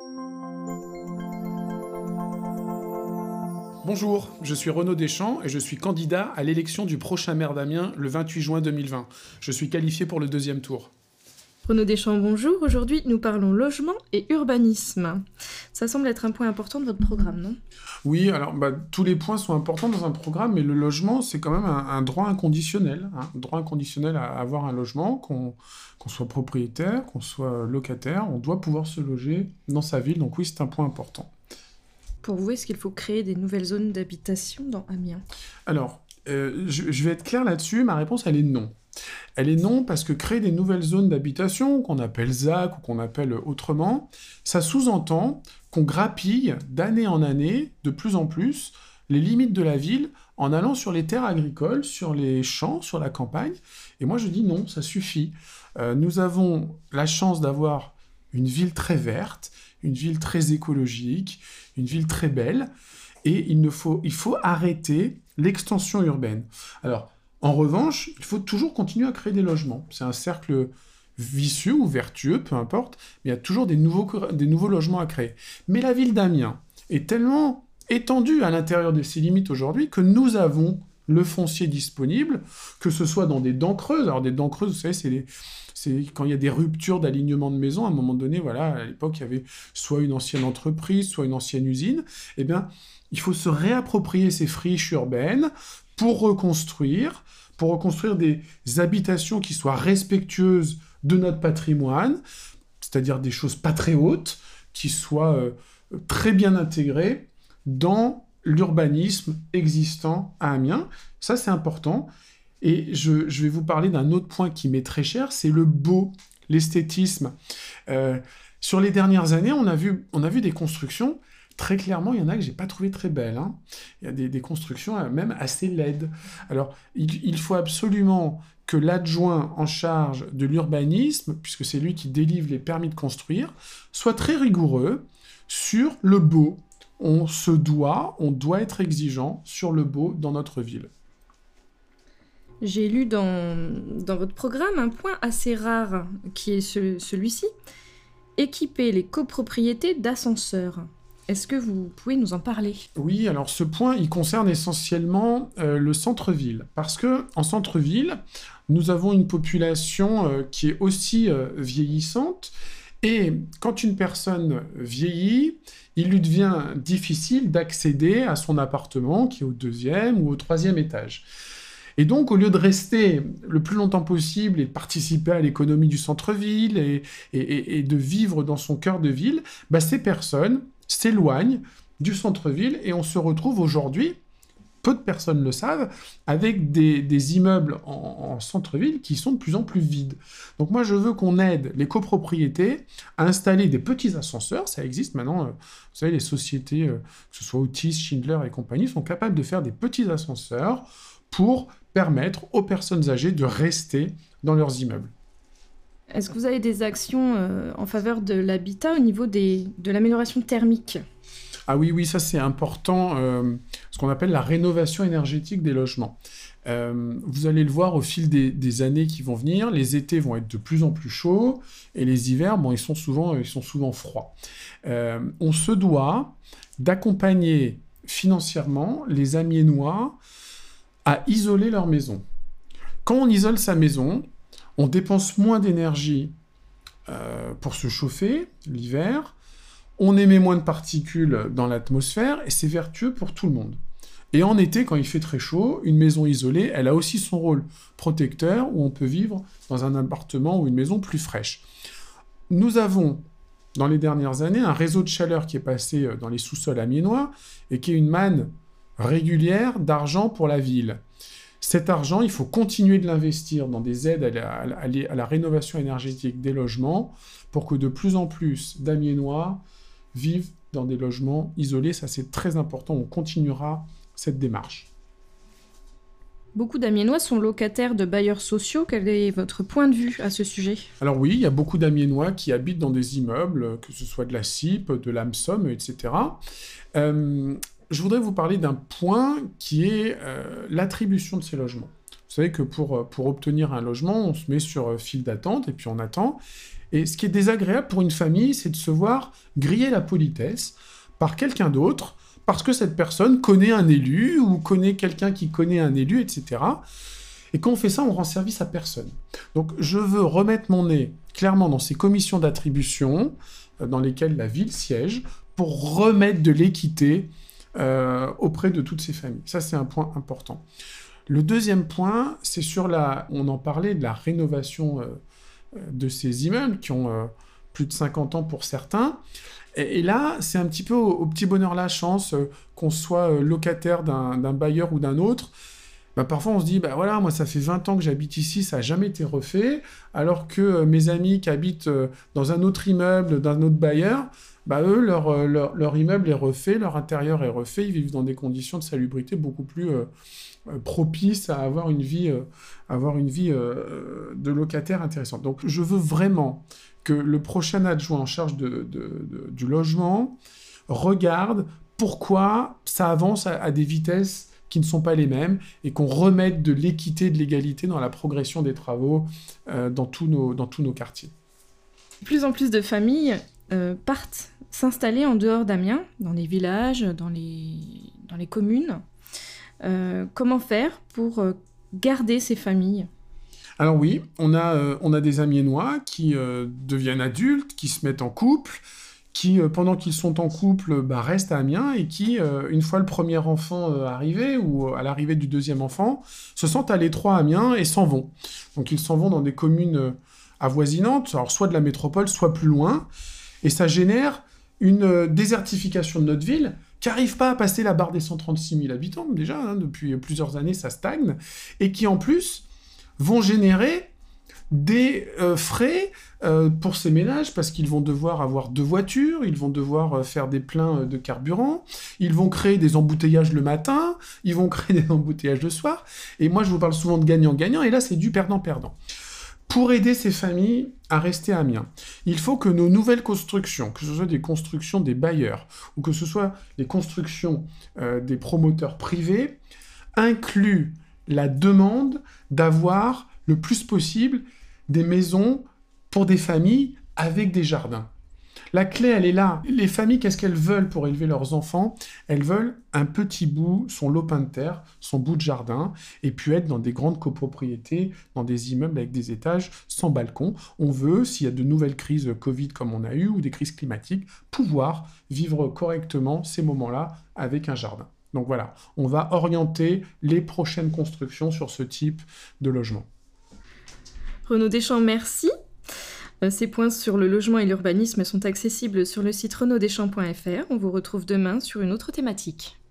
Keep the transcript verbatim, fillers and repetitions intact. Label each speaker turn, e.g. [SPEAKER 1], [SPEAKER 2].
[SPEAKER 1] Bonjour, je suis Renaud Deschamps et je suis candidat à l'élection du prochain maire d'Amiens le vingt-huit juin deux mille vingt. Je suis qualifié pour le deuxième tour.
[SPEAKER 2] Renaud Deschamps, bonjour. Aujourd'hui, nous parlons logement et urbanisme. Ça semble être un point important de votre programme, non ?
[SPEAKER 1] Oui, alors bah, tous les points sont importants dans un programme, mais le logement, c'est quand même un, un droit inconditionnel. Hein, un droit inconditionnel à avoir un logement, qu'on qu'on soit propriétaire, qu'on soit locataire, on doit pouvoir se loger dans sa ville. Donc oui, c'est un point important.
[SPEAKER 2] Pour vous, est-ce qu'il faut créer des nouvelles zones d'habitation dans Amiens ?
[SPEAKER 1] Alors, euh, je, je vais être clair là-dessus, ma réponse, elle est non. Elle est non parce que créer des nouvelles zones d'habitation, qu'on appelle Z A C ou qu'on appelle autrement, ça sous-entend qu'on grappille d'année en année, de plus en plus, les limites de la ville en allant sur les terres agricoles, sur les champs, sur la campagne. Et moi, je dis non, ça suffit. Euh, nous avons la chance d'avoir une ville très verte, une ville très écologique, une ville très belle, et il, ne faut, il faut arrêter l'extension urbaine. Alors, en revanche, il faut toujours continuer à créer des logements. C'est un cercle vicieux ou vertueux, peu importe, mais il y a toujours des nouveaux, des nouveaux logements à créer. Mais la ville d'Amiens est tellement étendue à l'intérieur de ses limites aujourd'hui que nous avons le foncier disponible, que ce soit dans des dents creuses. Alors des dents creuses, vous savez, c'est les... c'est quand il y a des ruptures d'alignement de maisons, à un moment donné, voilà, à l'époque, il y avait soit une ancienne entreprise, soit une ancienne usine. Eh bien, il faut se réapproprier ces friches urbaines pour reconstruire, pour reconstruire des habitations qui soient respectueuses de notre patrimoine, c'est-à-dire des choses pas très hautes, qui soient euh, très bien intégrées dans l'urbanisme existant à Amiens. Ça, c'est important. Et je, je vais vous parler d'un autre point qui m'est très cher, c'est le beau, l'esthétisme. Euh, sur les dernières années, on a vu, on a vu des constructions, très clairement, il y en a que je n'ai pas trouvé très belles. Hein. Il y a des, des constructions euh, même assez laides. Alors, il, il faut absolument que l'adjoint en charge de l'urbanisme, puisque c'est lui qui délivre les permis de construire, soit très rigoureux sur le beau. On se doit, on doit être exigeant sur le beau dans notre ville.
[SPEAKER 2] J'ai lu dans, dans votre programme un point assez rare, qui est ce, celui-ci. Équiper les copropriétés d'ascenseurs. Est-ce que vous pouvez nous en parler ?
[SPEAKER 1] Oui, alors ce point, il concerne essentiellement euh, le centre-ville. Parce qu'en centre-ville, nous avons une population euh, qui est aussi euh, vieillissante. Et quand une personne vieillit, il lui devient difficile d'accéder à son appartement qui est au deuxième ou au troisième étage. Et donc, au lieu de rester le plus longtemps possible et de participer à l'économie du centre-ville et, et, et de vivre dans son cœur de ville, bah, ces personnes s'éloignent du centre-ville et on se retrouve aujourd'hui, peu de personnes le savent, avec des, des immeubles en, en centre-ville qui sont de plus en plus vides. Donc moi, je veux qu'on aide les copropriétés à installer des petits ascenseurs. Ça existe maintenant. Euh, vous savez, les sociétés, euh, que ce soit Otis, Schindler et compagnie, sont capables de faire des petits ascenseurs pour permettre aux personnes âgées de rester dans leurs immeubles.
[SPEAKER 2] Est-ce que vous avez des actions euh, en faveur de l'habitat au niveau des, de l'amélioration thermique ?
[SPEAKER 1] Ah oui, oui, ça c'est important, euh, ce qu'on appelle la rénovation énergétique des logements. Euh, vous allez le voir au fil des, des années qui vont venir, les étés vont être de plus en plus chauds et les hivers, bon, ils sont souvent, ils sont souvent froids. Euh, on se doit d'accompagner financièrement les Amiénois à isoler leur maison. Quand on isole sa maison, on dépense moins d'énergie euh, pour se chauffer l'hiver, on émet moins de particules dans l'atmosphère et c'est vertueux pour tout le monde. Et en été, quand il fait très chaud, une maison isolée, elle a aussi son rôle protecteur où on peut vivre dans un appartement ou une maison plus fraîche. Nous avons, dans les dernières années, un réseau de chaleur qui est passé dans les sous-sols amiénois et qui est une manne régulière d'argent pour la ville. Cet argent, il faut continuer de l'investir dans des aides à la, à la, à la rénovation énergétique des logements pour que de plus en plus d'Amiénois vivent dans des logements isolés. Ça, c'est très important. On continuera cette démarche.
[SPEAKER 2] Beaucoup d'Amiénois sont locataires de bailleurs sociaux. Quel est votre point de vue à ce sujet ?
[SPEAKER 1] Alors oui, il y a beaucoup d'Amiénois qui habitent dans des immeubles, que ce soit de la C I P, de l'AMSOM, et cetera. Euh, je voudrais vous parler d'un point qui est euh, l'attribution de ces logements. Vous savez que pour, pour obtenir un logement, on se met sur file d'attente et puis on attend. Et ce qui est désagréable pour une famille, c'est de se voir griller la politesse par quelqu'un d'autre, parce que cette personne connaît un élu, ou connaît quelqu'un qui connaît un élu, et cetera. Et quand on fait ça, on rend service à personne. Donc je veux remettre mon nez clairement dans ces commissions d'attribution, euh, dans lesquelles la ville siège, pour remettre de l'équité euh, auprès de toutes ces familles. Ça, c'est un point important. Le deuxième point, c'est sur la... On en parlait de la rénovation euh, de ces immeubles, qui ont euh, plus de cinquante ans pour certains. Et, et là, c'est un petit peu au, au petit bonheur la chance, euh, qu'on soit euh, locataire d'un, d'un bailleur ou d'un autre. Bah, parfois, on se dit, bah voilà, moi, ça fait vingt ans que j'habite ici, ça n'a jamais été refait, alors que euh, mes amis qui habitent euh, dans un autre immeuble, d'un autre bailleur, bah eux, leur, euh, leur, leur immeuble est refait, leur intérieur est refait, ils vivent dans des conditions de salubrité beaucoup plus euh, euh, propices à avoir une vie, euh, avoir une vie euh, de locataire intéressante. Donc, je veux vraiment que le prochain adjoint en charge de, de, de, du logement regarde pourquoi ça avance à, à des vitesses qui ne sont pas les mêmes, et qu'on remette de l'équité, de l'égalité dans la progression des travaux euh, dans, tous nos, dans tous nos quartiers.
[SPEAKER 2] De plus en plus de familles euh, partent s'installer en dehors d'Amiens, dans les villages, dans les, dans les communes. Euh, comment faire pour euh, garder ces familles ?
[SPEAKER 1] Alors oui, on a, euh, on a des Amiénois qui euh, deviennent adultes, qui se mettent en couple, qui, euh, pendant qu'ils sont en couple, bah, restent à Amiens, et qui, euh, une fois le premier enfant euh, arrivé, ou à l'arrivée du deuxième enfant, se sentent à l'étroit à Amiens et s'en vont. Donc ils s'en vont dans des communes euh, avoisinantes, alors soit de la métropole, soit plus loin, et ça génère une euh, désertification de notre ville, qui n'arrive pas à passer la barre des cent trente-six mille habitants, déjà, hein, depuis plusieurs années, ça stagne, et qui, en plus, vont générer des euh, frais euh, pour ces ménages, parce qu'ils vont devoir avoir deux voitures, ils vont devoir euh, faire des pleins euh, de carburant, ils vont créer des embouteillages le matin, ils vont créer des embouteillages le soir, et moi je vous parle souvent de gagnant-gagnant, et là c'est du perdant-perdant. Pour aider ces familles à rester à Amiens, il faut que nos nouvelles constructions, que ce soit des constructions des bailleurs, ou que ce soit des constructions euh, des promoteurs privés, incluent la demande d'avoir le plus possible des maisons pour des familles avec des jardins. La clé, elle est là. Les familles, qu'est-ce qu'elles veulent pour élever leurs enfants ? Elles veulent un petit bout, son lopin de terre, son bout de jardin, et puis être dans des grandes copropriétés, dans des immeubles avec des étages sans balcon. On veut, s'il y a de nouvelles crises Covid comme on a eu, ou des crises climatiques, pouvoir vivre correctement ces moments-là avec un jardin. Donc voilà, on va orienter les prochaines constructions sur ce type de logement.
[SPEAKER 2] Renaud Deschamps, merci. Euh, ces points sur le logement et l'urbanisme sont accessibles sur le site renaud deschamps point f r. On vous retrouve demain sur une autre thématique.